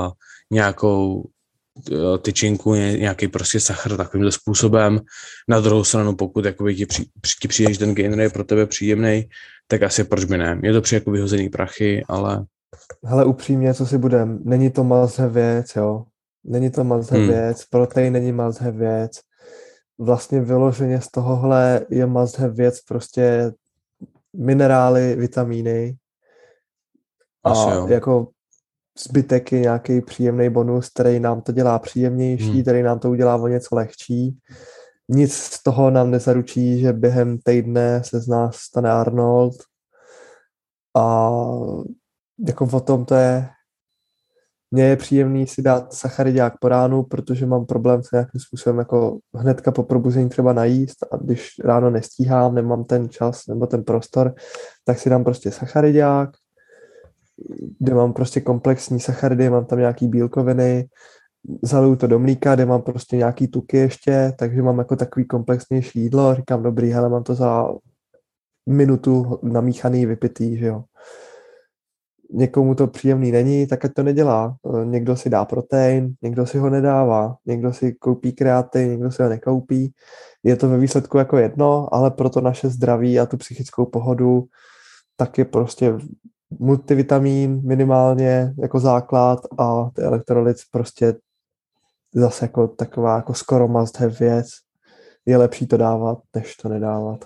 B: nějakou tyčinku, nějaký prostě sachar takovýmhle způsobem. Na druhou stranu, pokud jakoby ti přijde, že ten gainer je pro tebe příjemný, tak asi proč by ne. Je to při jako vyhozený prachy, ale...
A: Hele, upřímně, co si budem, není to must have věc, jo. Není to must have věc, protein není must have věc. Vlastně vyloženě z tohohle je must have věc prostě minerály, vitamíny a jako zbytek je nějaký příjemný bonus, který nám to dělá příjemnější, který nám to udělá o něco lehčí. Nic z toho nám nezaručí, že během týdne se z nás stane Arnold a jako o tom to je. Mně je příjemný si dát sacharidák po ránu, protože mám problém se nějakým způsobem jako hnedka po probuzení třeba najíst a když ráno nestíhám, nemám ten čas nebo ten prostor, tak si dám prostě sacharidák, kde mám prostě komplexní sacharidy, mám tam nějaký bílkoviny, zaliju to do mlíka, kde mám prostě nějaký tuky ještě, takže mám jako takový komplexnější jídlo, říkám dobrý, hele, mám to za minutu namíchaný, vypitý, že jo. Někomu to příjemný není, tak ať to nedělá. Někdo si dá protein, někdo si ho nedává, někdo si koupí kreatin, někdo si ho nekoupí. Je to ve výsledku jako jedno, ale pro to naše zdraví a tu psychickou pohodu tak je prostě multivitamin minimálně jako základ a ty elektrolyt prostě zase jako taková jako skoro must have věc. Je lepší to dávat, než to nedávat.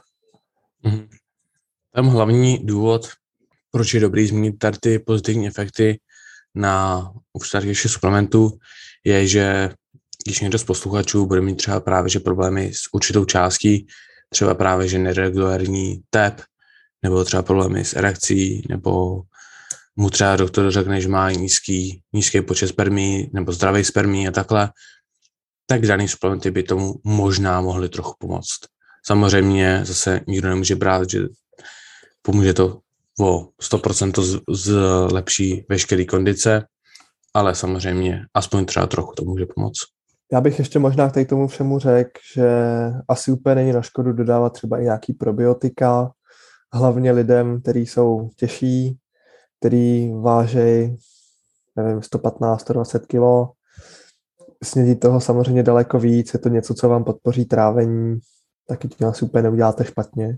B: Tam hlavní důvod, proč je dobrý zmínit tady ty pozitivní efekty na určitě suplementů, je, že když někdo z posluchačů bude mít třeba právě že problémy s určitou částí, třeba právě že neregulární tep, nebo třeba problémy s erekcí, nebo mu třeba doktor řekne, že má nízký počet spermí, nebo zdravý spermí a takhle, tak daný suplementy by tomu možná mohly trochu pomoct. Samozřejmě zase nikdo nemůže brát, že pomůže to o 100% zlepší veškerý kondice, ale samozřejmě aspoň třeba trochu to může pomoct.
A: Já bych ještě možná k tomu všemu řekl, že asi úplně není na škodu dodávat třeba i nějaký probiotika, hlavně lidem, kteří jsou těžší, který vážejí, nevím, 115-120 kg. Snědí toho samozřejmě daleko víc, je to něco, co vám podpoří trávení, taky tím asi úplně neuděláte špatně.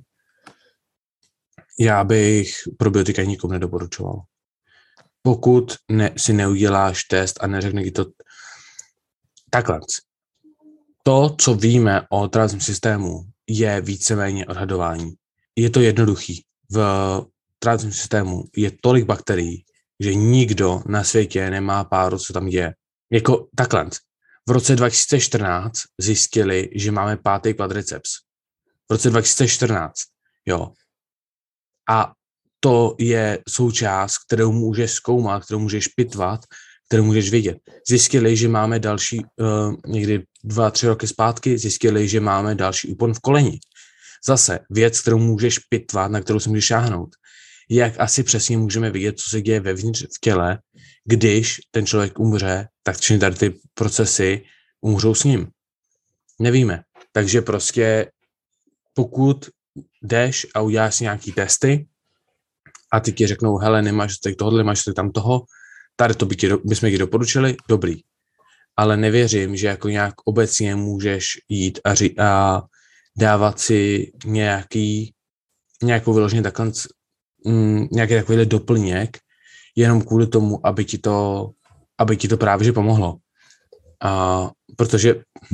B: Já bych probiotika nikomu nedoporučoval. Pokud si neuděláš test a neřekne ti to takhle. To, co víme o trávním systému, je víceméně odhadování. Je to jednoduchý. V trávním systému je tolik bakterií, že nikdo na světě nemá páru, co tam je. Jako takhle. V roce 2014 zjistili, že máme 5. quadriceps. V roce 2014, jo. A to je součást, kterou můžeš zkoumat, kterou můžeš pitvat, kterou můžeš vidět. Zjistili, že máme další, někdy 2-3 roky zpátky, zjistili, že máme další úpon v koleni. Zase věc, kterou můžeš pitvat, na kterou si můžeš šáhnout. Jak asi přesně můžeme vidět, co se děje vevnitř v těle, když ten člověk umře, tak tady ty procesy umřou s ním. Nevíme. Takže prostě pokud jdeš a uděláš si nějaký testy a ty ti řeknou, hele, nemáš tady tohle, máš tady tam toho, tady to bychom ti doporučili, dobrý. Ale nevěřím, že jako nějak obecně můžeš jít a dávat si nějakou vyloženě takhle, nějaký takovýhle doplněk, jenom kvůli tomu, aby ti to právě že pomohlo. Protože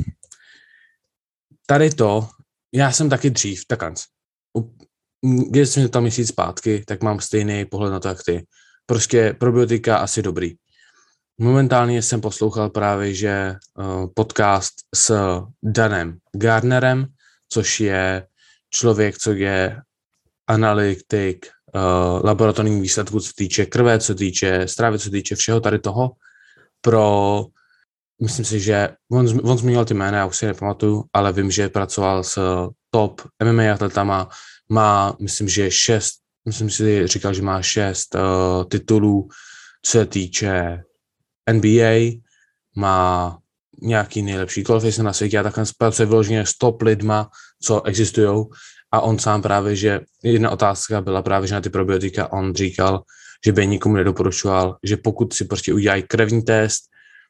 B: tady to, já jsem taky dřív, takhle. Když jsem tam měsíc zpátky, tak mám stejný pohled na to, jak ty. Prostě probiotika asi dobrý. Momentálně jsem poslouchal právě, že podcast s Danem Gardnerem, což je člověk, co je analytik laboratorních výsledků, co týče krve, co týče stravy, co týče všeho tady toho. Myslím si, že on zmínil ty jména, já už si nepamatuju, ale vím, že pracoval s top MMA atletama, má, myslím, že říkal, že má 6 titulů, co se týče NBA, má nějaký nejlepší golfista na světě a takhle pracuje vyloženě s top lidma, co existujou. A on sám právě, že jedna otázka byla právě, že na ty probiotika on říkal, že by nikomu nedoporučoval, že pokud si prostě udělají krevní test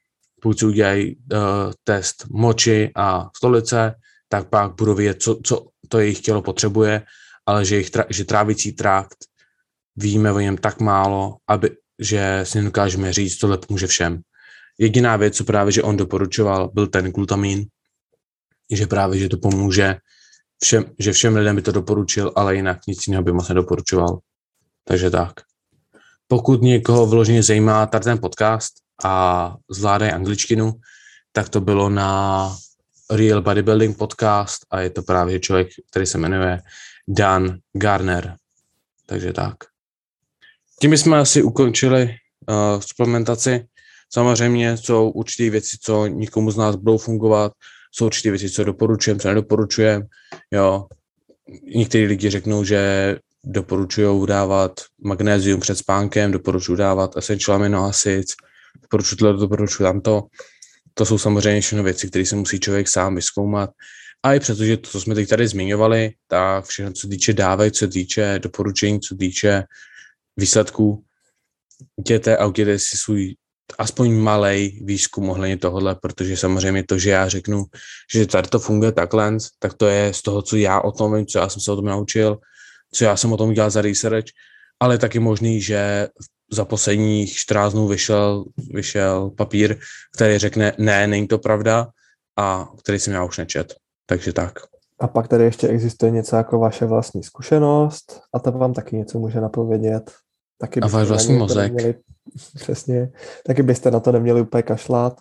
B: pokud si udělají test moči a stolice, tak pak budou vědět, co to jejich tělo potřebuje, ale že trávicí trakt víme o něm tak málo, že si nedokážeme říct, tohle pomůže všem. Jediná věc, co právě, že on doporučoval, byl ten glutamin, že právě, že to pomůže že všem lidem by to doporučil, ale jinak nic jiného by moc nedoporučoval. Takže tak. Pokud někoho vyloženě zajímá tady ten podcast a zvládají angličtinu, tak to bylo na Real Bodybuilding podcast a je to právě člověk, který se jmenuje Dan Garner. Takže tak. Tím jsme asi ukončili suplementaci. Samozřejmě jsou určité věci, co nikomu z nás budou fungovat, jsou určité věci, co doporučujeme, co nedoporučujeme. Jo. Někteří lidi řeknou, že doporučují dávat magnézium před spánkem, doporučují dávat essential amino acids, doporučuji tamto. To jsou samozřejmě všechno věci, které se musí člověk sám vyzkoumat. A i přestože to, co jsme teď tady zmiňovali, tak všechno, co týče dávek, co týče doporučení, co týče výsledků, jděte a udělejte si svůj aspoň malej výzkum ohledně tohohle, protože samozřejmě to, že já řeknu, že tady to funguje takhle, tak to je z toho, co já o tom vím, co já jsem se o tom naučil, co já jsem o tom udělal za research, ale taky možný, že za posledních 14 dnů vyšel papír, který řekne, ne, není to pravda, a který jsem já už nečet. Takže tak.
A: A pak tady ještě existuje něco jako vaše vlastní zkušenost a to vám taky něco může napovědět. Taky
B: a váš vlastní mozek.
A: Neměli, přesně. Taky byste na to neměli úplně kašlat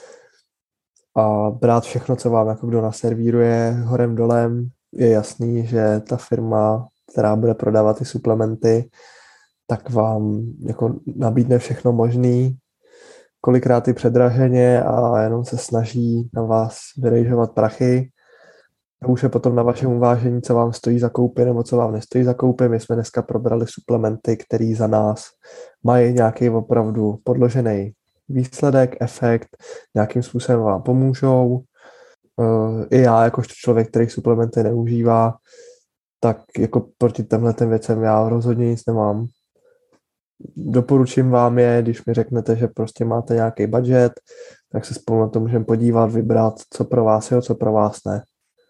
A: a brát všechno, co vám jako kdo naservíruje horem dolem. Je jasný, že ta firma, která bude prodávat ty suplementy, tak vám jako nabídne všechno možný, kolikrát i předraženě a jenom se snaží na vás vyrejžovat prachy. A už je potom na vašem uvážení, co vám stojí za koupy nebo co vám nestojí za koupy. My jsme dneska probrali suplementy, které za nás mají nějaký opravdu podložený výsledek, efekt, nějakým způsobem vám pomůžou. I já, jakožto člověk, který suplementy neužívá, tak jako proti těmhletem věcem já rozhodně nic nemám. Doporučím vám je, když mi řeknete, že prostě máte nějaký budget, tak se spolu na to můžeme podívat, vybrat, co pro vás je, co pro vás ne.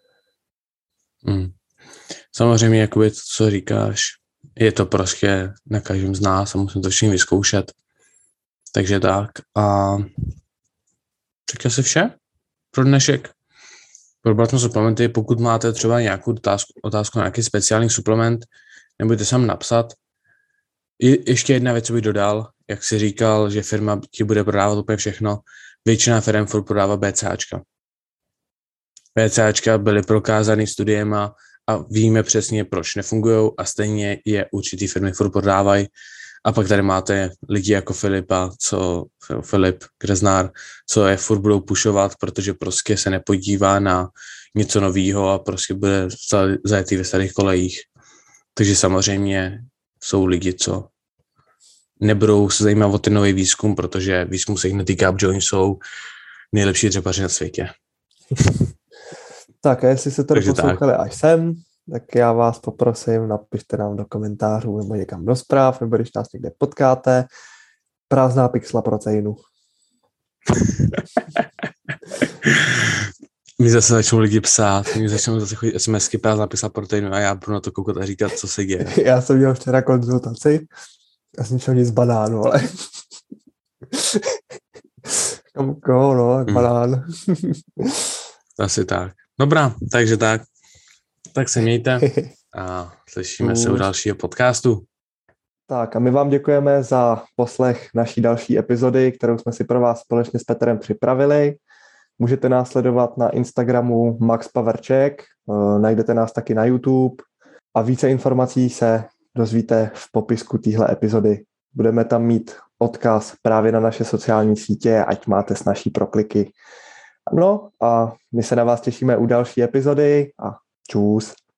B: Samozřejmě, jakoby to, co říkáš, je to prostě na každém z nás a musím to všichni vyzkoušet. Takže tak. A řekl jsi vše pro dnešek. Probrat jsme suplementy. Pokud máte třeba nějakou otázku na nějaký speciální suplement, nebudete se nám napsat. Ještě jedna věc, co bych dodal, jak jsi říkal, že firma ti bude prodávat úplně všechno. Většina firm furt prodává BCAčka. BCAčka byly prokázány studiema a víme přesně, proč nefungují a stejně je určitý firmy furt prodávají. A pak tady máte lidi jako Filip Greznár, co je furt budou pušovat, protože prostě se nepodívá na něco novýho a prostě bude zajetý ve starých kolejích. Takže samozřejmě jsou lidi, co nebudou se zajímat o ten nový výzkum, protože výzkum se jich netýká, protože oni jsou nejlepší dřepaři na světě.
A: Tak a jestli se to poslouchali až sem, tak já vás poprosím, napište nám do komentářů nebo někam do zpráv, nebo když nás někde potkáte, prázdná pixla proteinu.
B: Mi zase začnou lidi psát, mi začnou zase chodit SMSky prázdná pixla proteinu a já budu na to koukat a říkat, co se děje.
A: Já jsem měl včera konzultaci a jsem šel nic banánu, ale... banán.
B: Asi tak. Dobrá, takže tak. Tak se mějte a slyšíme se u dalšího podcastu.
A: Tak a my vám děkujeme za poslech naší další epizody, kterou jsme si pro vás společně s Petrem připravili. Můžete nás sledovat na Instagramu Max Power Check, najdete nás taky na YouTube a více informací se dozvíte v popisku téhle epizody. Budeme tam mít odkaz právě na naše sociální sítě, ať máte snazší prokliky. No a my se na vás těšíme u další epizody a čus.